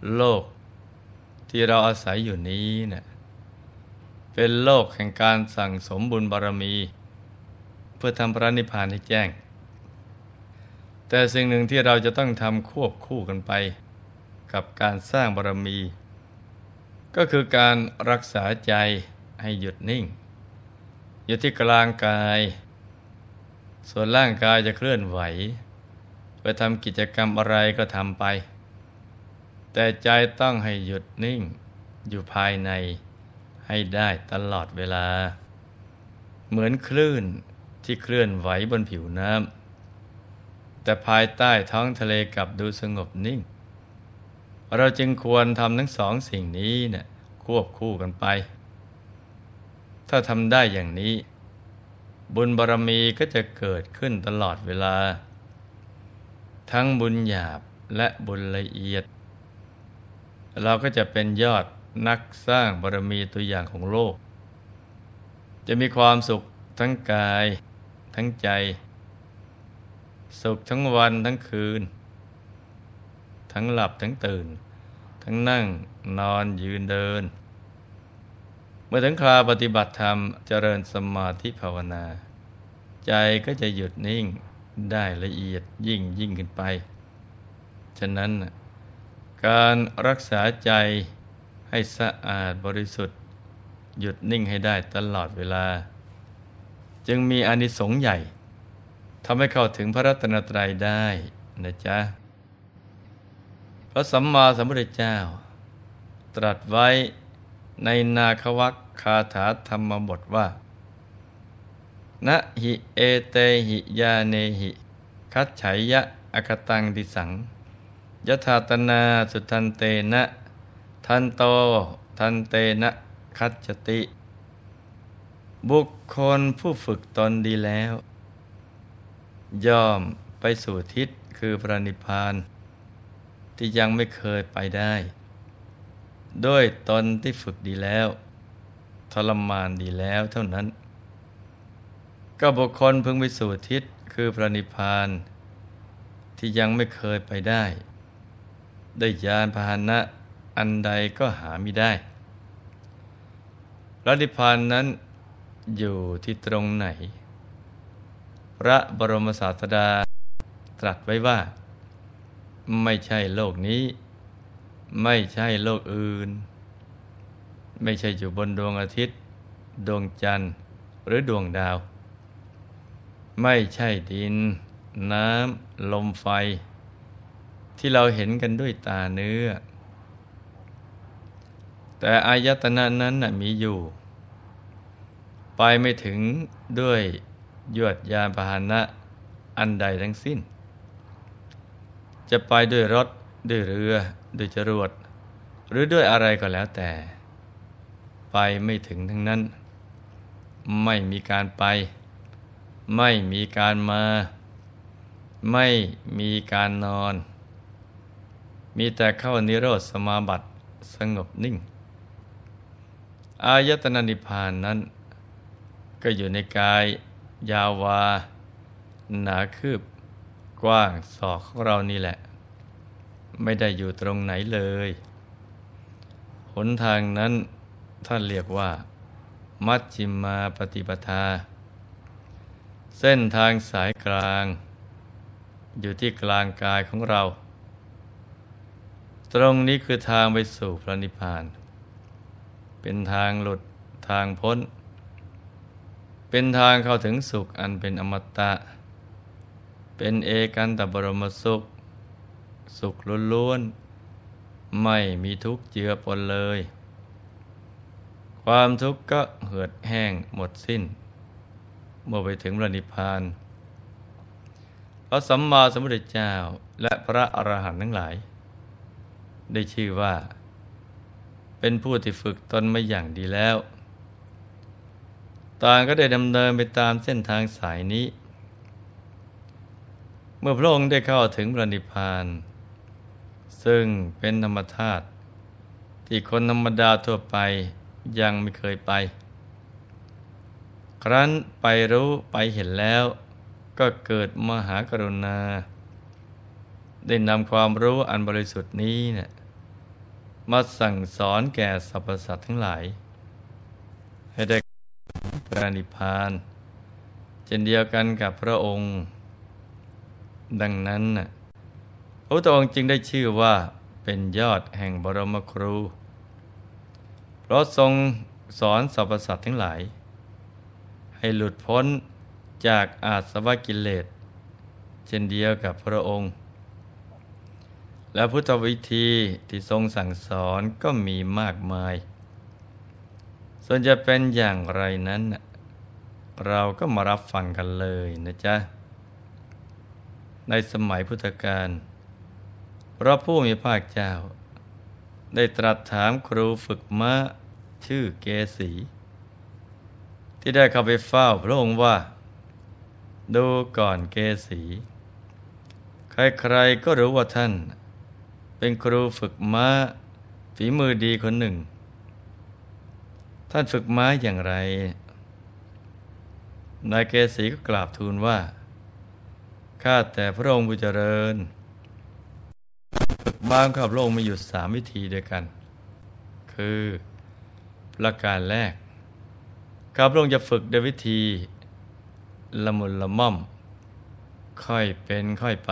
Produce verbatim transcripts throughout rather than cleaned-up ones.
โลกที่เราอาศัยอยู่นี้เนี่ยเป็นโลกแห่งการสั่งสมบุญบารมีเพื่อทำพระนิพพานให้แจ้งแต่สิ่งหนึ่งที่เราจะต้องทำควบคู่กันไปกับการสร้างบารมีก็คือการรักษาใจให้หยุดนิ่งอยู่ที่กลางกายส่วนร่างกายจะเคลื่อนไหวไปทำกิจกรรมอะไรก็ทำไปแต่ใจต้องให้หยุดนิ่งอยู่ภายในให้ได้ตลอดเวลาเหมือนคลื่นที่เคลื่อนไหวบนผิวน้ำแต่ภายใต้ท้องทะเลกลับดูสงบนิ่งเราจึงควรทำทั้งสองสิ่งนี้เนี่ยควบคู่กันไปถ้าทำได้อย่างนี้บุญบารมีก็จะเกิดขึ้นตลอดเวลาทั้งบุญหยาบและบุญละเอียดเราก็จะเป็นยอดนักสร้างบารมีตัวอย่างของโลกจะมีความสุขทั้งกายทั้งใจสุขทั้งวันทั้งคืนทั้งหลับทั้งตื่นทั้งนั่งนอนยืนเดินเมื่อถึงคราปฏิบัติธรรมเจริญสมาธิภาวนาใจก็จะหยุดนิ่งได้ละเอียดยิ่งยิ่งขึ้นไปฉะนั้นการรักษาใจให้สะอาดบริสุทธิ์หยุดนิ่งให้ได้ตลอดเวลาจึงมีอานิสงส์ใหญ่ทำให้เข้าถึงพระรัตนตรัยได้นะจ๊ะพระสัมมาสัมพุทธเจ้าตรัสไว้ในนาควัคคาถาธรรมบทว่านะหิเอเตหิยาเนหิคัจฉัยยะอคตังดิสังยถาตนาสุทันเตนะทันโตทันเตนะคัจจติบุคคลผู้ฝึกตนดีแล้วย่อมไปสู่ทิศคือพระนิพพานที่ยังไม่เคยไปได้ด้วยตนที่ฝึกดีแล้วทรมานดีแล้วเท่านั้นก็บุคคลพึงไปสู่ทิศคือพระนิพพานที่ยังไม่เคยไปได้ด้วยยานพาหนะอันใดก็หามิได้พระนิพพานนั้นอยู่ที่ตรงไหนพระบรมศาสดาตรัสไว้ว่าไม่ใช่โลกนี้ไม่ใช่โลกอื่นไม่ใช่อยู่บนดวงอาทิตย์ดวงจันทร์หรือดวงดาวไม่ใช่ดินน้ำลมไฟที่เราเห็นกันด้วยตาเนื้อแต่อายตนะนั้นน่ะมีอยู่ไปไม่ถึงด้วยยวดยานพาหนะอันใดทั้งสิ้นจะไปด้วยรถด้วยเรือด้วยจรวดหรือด้วยอะไรก็แล้วแต่ไปไม่ถึงทั้งนั้นไม่มีการไปไม่มีการมาไม่มีการนอนมีแต่เข้านิโรธสมาบัติสงบนิ่งอายตนะนิพพานนั้นก็อยู่ในกายยาววาหนาคืบกว้างศอกของเรานี่แหละไม่ได้อยู่ตรงไหนเลยหนทางนั้นท่านเรียกว่ามัชฌิมาปฏิปทาเส้นทางสายกลางอยู่ที่กลางกายของเราตรงนี้คือทางไปสู่พระนิพพานเป็นทางหลุดทางพ้นเป็นทางเข้าถึงสุขอันเป็นอมตะเป็นเอกันตบรมสุขสุขล้วนๆไม่มีทุกข์เจือปนเลยความทุกข์ก็เหือดแห้งหมดสิ้นเมื่อไปถึงพระนิพพานพระสัมมาสัมพุทธเจ้าและพระอรหันต์ทั้งหลายได้ชื่อว่าเป็นผู้ที่ฝึกตนมาอย่างดีแล้วต่างก็ได้ดำเนินไปตามเส้นทางสายนี้เมื่อพระองค์ได้เข้าถึงพระนิพพานซึ่งเป็นธรรมธาตุที่คนธรรมดาทั่วไปยังไม่เคยไปครั้นไปรู้ไปเห็นแล้วก็เกิดมหากรุณาได้นำความรู้อันบริสุทธิ์นี้เนี่ยมาสั่งสอนแก่สรรพสัตว์ทั้งหลายให้ได้พระนิพพานเช่นเดียวกันกับพระองค์ดังนั้นพระพุทธองค์จึงได้ชื่อว่าเป็นยอดแห่งบรมครูเพราะทรงสอนสรรพสัตว์ทั้งหลายให้หลุดพ้นจากอาสวะกิเลสเช่นเดียวกับพระองค์และพุทธวิธีที่ทรงสั่งสอนก็มีมากมายส่วนจะเป็นอย่างไรนั้นเราก็มารับฟังกันเลยนะจ๊ะในสมัยพุทธกาลพระผู้มีพระเจ้าได้ตรัสถามครูฝึกม้าชื่อเกสีที่ได้เข้าไปเฝ้าพระองค์ว่าดูก่อนเกสีใครๆก็รู้ว่าท่านเป็นครูฝึกม้าฝีมือดีคนหนึ่งท่านฝึกม้าอย่างไรนายเกสีก็กราบทูลว่าข้าแต่พระองค์ผู้เจริญฝึกม้าของพระองค์มีอยู่สามวิธีด้วยกันคือประการแรกข้าพระองค์จะฝึกด้วยวิธีละมุนละม่อมค่อยเป็นค่อยไป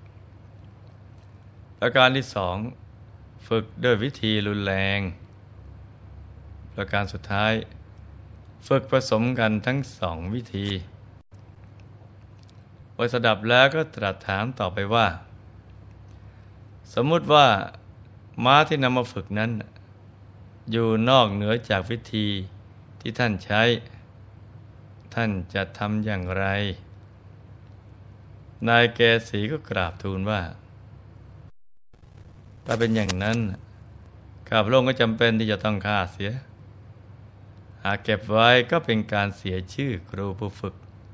ประการที่สองฝึกด้วยวิธีรุนแรงประการสุดท้ายฝึกผสมกันทั้งสองวิธีพอสดับแล้วก็ตรัสถามต่อไปว่าสมมุติว่าม้าที่นำมาฝึกนั้นอยู่นอกเหนือจากวิธีที่ท่านใช้ท่านจะทำอย่างไรนายเกสีก็กราบทูลว่าถ้าเป็นอย่างนั้นข้าพระองค์ก็จำเป็นที่จะต้องฆ่าเสียหากเก็บไว้ก็เป็นการเสียชื่อครูผู้ฝึก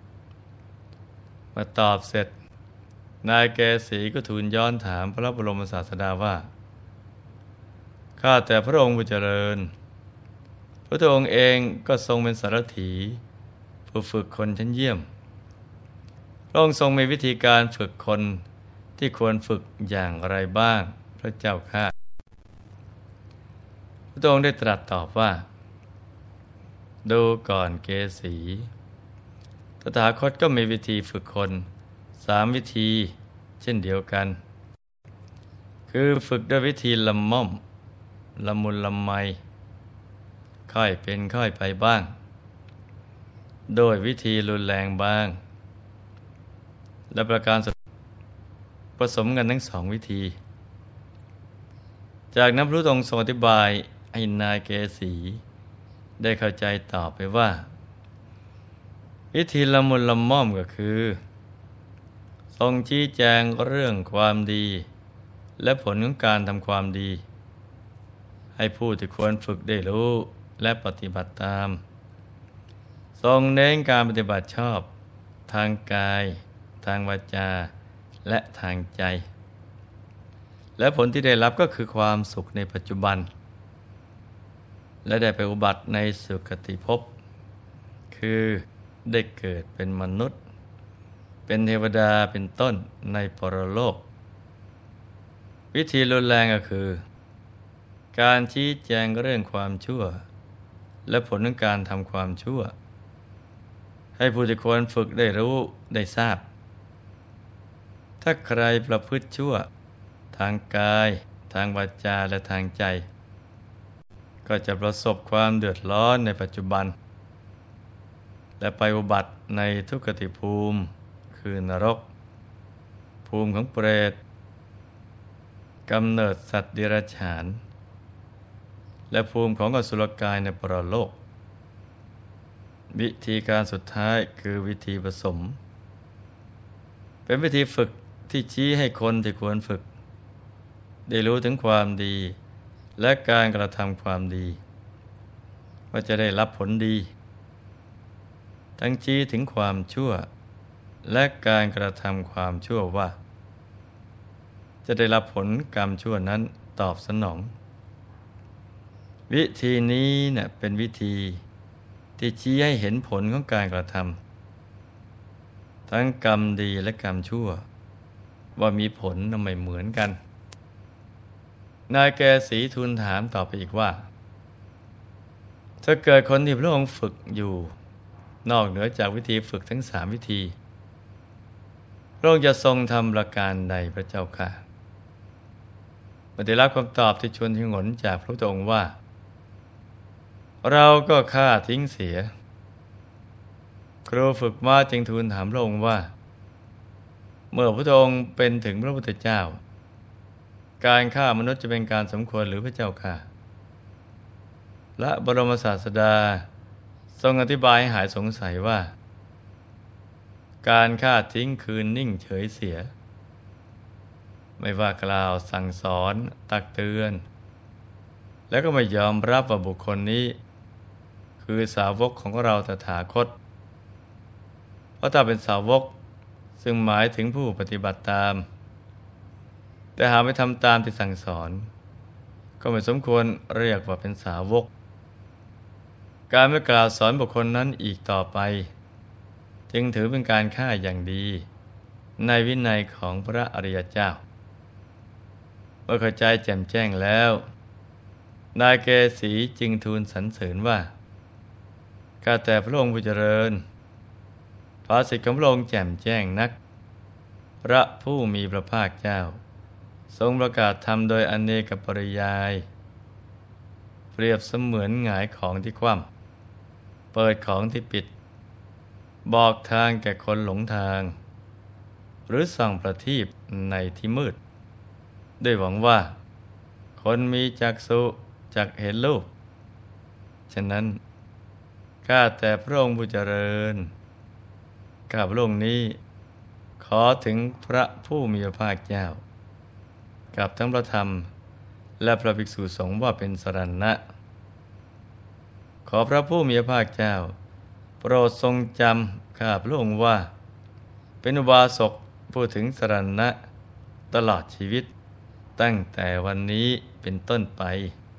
มาตอบเสร็จนายเกสีก็ทูลย้อนถามพระบรมศาสดาว่าข้าแต่พระองค์ผู้เจริญพระองค์เองก็ทรงเป็นสารถีผู้ฝึกคนชั้นเยี่ยมพระองค์ทรงมีวิธีการฝึกคนที่ควรฝึกอย่างไรบ้างพระเจ้าข้าพระองค์ได้ตรัสตอบว่าดูก่อนเกสีตถาคตก็มีวิธีฝึกคนสามวิธีเช่นเดียวกันคือฝึกด้วยวิธีละม่อมละมุนละไมค่อยเป็นค่อยไปบ้างโดยวิธีรุนแรงบ้างและประการสุดผสมกันทั้งสองวิธีจากนั้นพระองค์ทรงอธิบายให้นายเกสีได้เข้าใจต่อไปว่าวิธีละมุนละม่อมก็คือทรงชี้แจงเรื่องความดีและผลของการทำความดีให้ผู้ที่ควรฝึกได้รู้และปฏิบัติตามทรงเน้นการปฏิบัติชอบทางกายทางวาจาและทางใจและผลที่ได้รับก็คือความสุขในปัจจุบันและได้ไปอุบัติในสุคติภพคือได้เกิดเป็นมนุษย์เป็นเทวดาเป็นต้นในปรโลกวิธีรุนแรงก็คือการชี้แจงเรื่องความชั่วและผลของการทำความชั่วให้ผู้ที่ควรฝึกได้รู้ได้ทราบถ้าใครประพฤติชั่วทางกายทางวาจาและทางใจก็จะประสบความเดือดร้อนในปัจจุบันและไปอุบัติในทุกขติภูมิคือนรกภูมิของเปรตกำเนิดสัตว์เดรัจฉานและภูมิของอสุรกายในปรโลกวิธีการสุดท้ายคือวิธีผสมเป็นวิธีฝึกที่ชี้ให้คนที่ควรฝึกได้รู้ถึงความดีและการกระทำความดีว่าจะได้รับผลดีทั้งชี้ถึงความชั่วและการกระทำความชั่วว่าจะได้รับผลกรรมชั่วนั้นตอบสนองวิธีนี้เนี่ยเป็นวิธีที่ชี้ให้เห็นผลของการกระทำทั้งกรรมดีและกรรมชั่วว่ามีผลไม่เหมือนกันนายแกศรีทูลถามต่อไปอีกว่าถ้าเกิดคนที่พระองค์ฝึกอยู่นอกเหนือจากวิธีฝึกทั้งสามวิธีพระองค์จะทรงทำประการใดพระเจ้าค่ะเมื่อได้รับคำตอบที่ชวนชงนจากพระพุทธองค์ว่าเราก็ฆ่าทิ้งเสียครูฝึกม้าจึงทูลถามพระองค์ว่าเมื่อพระองค์เป็นถึงพระพุทธเจ้าการฆ่ามนุษย์จะเป็นการสมควรหรือพระเจ้าค่ะและบรมศาสดาทรงอธิบายให้หายสงสัยว่าการฆ่าทิ้งคือนิ่งเฉยเสียไม่ว่ากล่าวสั่งสอนตักเตือนแล้วก็ไม่ยอมรับว่าบุคคลนี้คือสาวกของเราตถาคตเพราะถ้าเป็นสาวกซึ่งหมายถึงผู้ปฏิบัติตามแต่หาไม่ทำตามที่สั่งสอนก็ไม่สมควรเรียกว่าเป็นสาวกการไม่กล่าวสอนบุคคลนั้นอีกต่อไปจึงถือเป็นการฆ่าอย่างดีในวินัยของพระอริยเจ้าเมื่อเข้าใจแจ่มแจ้งแล้วนายเกศรีจึงทูลสรรเสริญว่าข้าแต่พระองค์ผู้เจริญภาษิตของพระองค์แจ่มแจ้งนักพระผู้มีพระภาคเจ้าทรงประกาศธรรมโดยอเนกปริยายเปรียบเสมือนหงายของที่คว่ำเปิดของที่ปิดบอกทางแก่คนหลงทางหรือส่องประทีปในที่มืดด้วยหวังว่าคนมีจักษุจักเห็นรูปฉะนั้นข้าแต่พระองค์ผู้เจริญข้าพระองค์นี้ขอถึงพระผู้มีพระภาคเจ้ากับทั้งพระธรรมและพระภิกษุสงฆ์ว่าเป็นสรณะขอพระผู้มีพระภาคเจ้าโปรดทรงจำข้าพระองค์ว่าเป็นอุบาสกผู้ถึงสรณะตลอดชีวิตตั้งแต่วันนี้เป็นต้นไป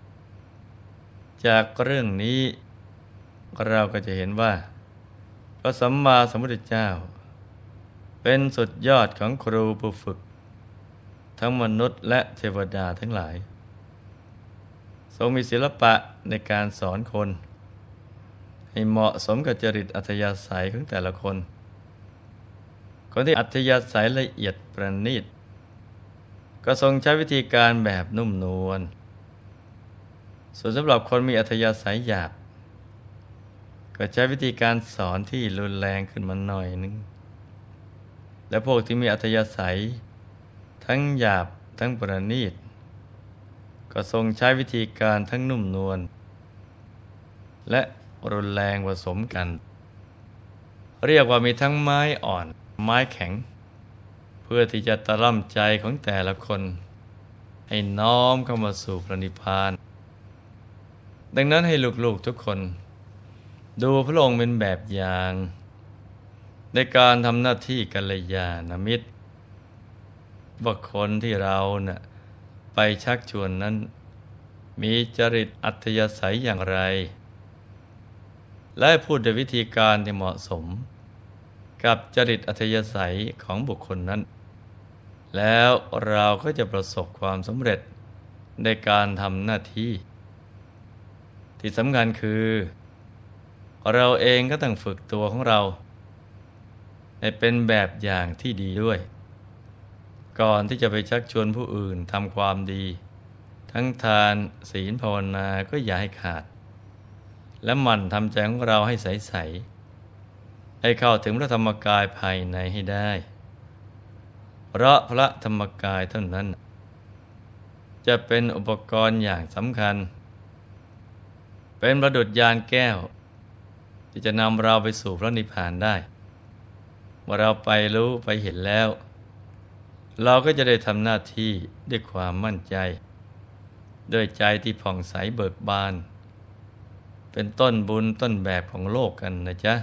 จากเรื่องนี้เราก็จะเห็นว่าพระสัมมาสัมพุทธเจ้าเป็นสุดยอดของครูผู้ฝึกทั้งมนุษย์และเทวดาทั้งหลายทรงมีศิลปะในการสอนคนให้เหมาะสมกับจริตอัธยาศัยของแต่ละคนคนที่อัธยาศัยละเอียดประณีตก็ทรงใช้วิธีการแบบนุ่มนวลส่วนสำหรับคนมีอัธยาศัยหยาบก็ใช้วิธีการสอนที่รุนแรงขึ้นมาหน่อยนึงและพวกที่มีอัธยาศัยทั้งหยาบทั้งประณีตก็ทรงใช้วิธีการทั้งนุ่มนวลและรุนแรงผสมกันเรียกว่ามีทั้งไม้อ่อนไม้แข็งเพื่อที่จะตะล่อมใจของแต่ละคนให้น้อมเข้ามาสู่พระนิพพานดังนั้นให้ลูกๆทุกคนดูพระองค์เป็นแบบอย่างในการทำหน้าที่กัลยาณมิตรว่าคนที่เราน่ะไปชักชวนนั้นมีจริตอัธยาศัยอย่างไรและพูดด้วยวิธีการที่เหมาะสมกับจริตอัธยาศัยของบุคคลนั้นแล้วเราก็จะประสบความสำเร็จในการทำหน้าที่ที่สำคัญคือเราเองก็ต้องฝึกตัวของเราให้เป็นแบบอย่างที่ดีด้วยก่อนที่จะไปชักชวนผู้อื่นทำความดีทั้งทานศีลภาวนาก็อย่าให้ขาดและหมั่นทำใจของเราให้ใสๆให้เข้าถึงพระธรรมกายภายในให้ได้เพราะพระธรรมกายเท่านั้นจะเป็นอุปกรณ์อย่างสำคัญเป็นประดุจยานแก้วที่จะนำเราไปสู่พระนิพพานได้เมื่อเราไปรู้ไปเห็นแล้วเราก็จะได้ทำหน้าที่ด้วยความมั่นใจด้วยใจที่ผ่องใสเบิกบานเป็นต้นบุญต้นแบบของโลกกันนะจ๊ะ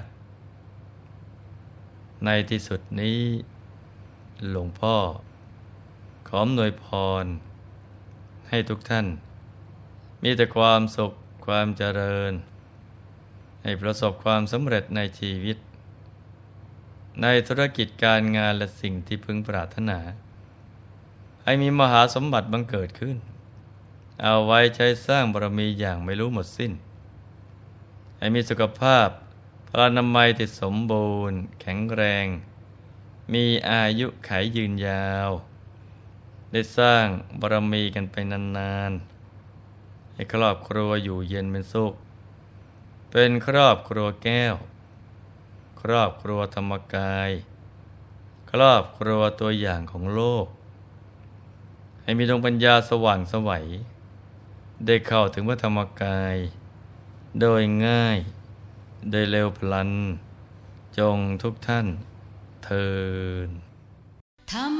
ในที่สุดนี้หลวงพ่อขออำนวยพรให้ทุกท่านมีแต่ความสุขความเจริญให้ประสบความสำเร็จในชีวิตในธุรกิจการงานและสิ่งที่พึงปรารถนาให้มีมหาสมบัติบังเกิดขึ้นเอาไว้ใช้สร้างบารมีอย่างไม่รู้หมดสิ้นให้มีสุขภาพพลานามัยที่สมบูรณ์แข็งแรงมีอายุขัยยืนยาวได้สร้างบารมีกันไปนานๆให้ครอบครัวอยู่เย็นเป็นสุขเป็นครอบครัวแก้วครอบครัวธรรมกายครอบครัวตัวอย่างของโลกให้มีดวงปัญญาสว่างไสวได้เข้าถึงพระธรรมกายโดยง่ายโดยเร็วพลันจงทุกท่านเทอญ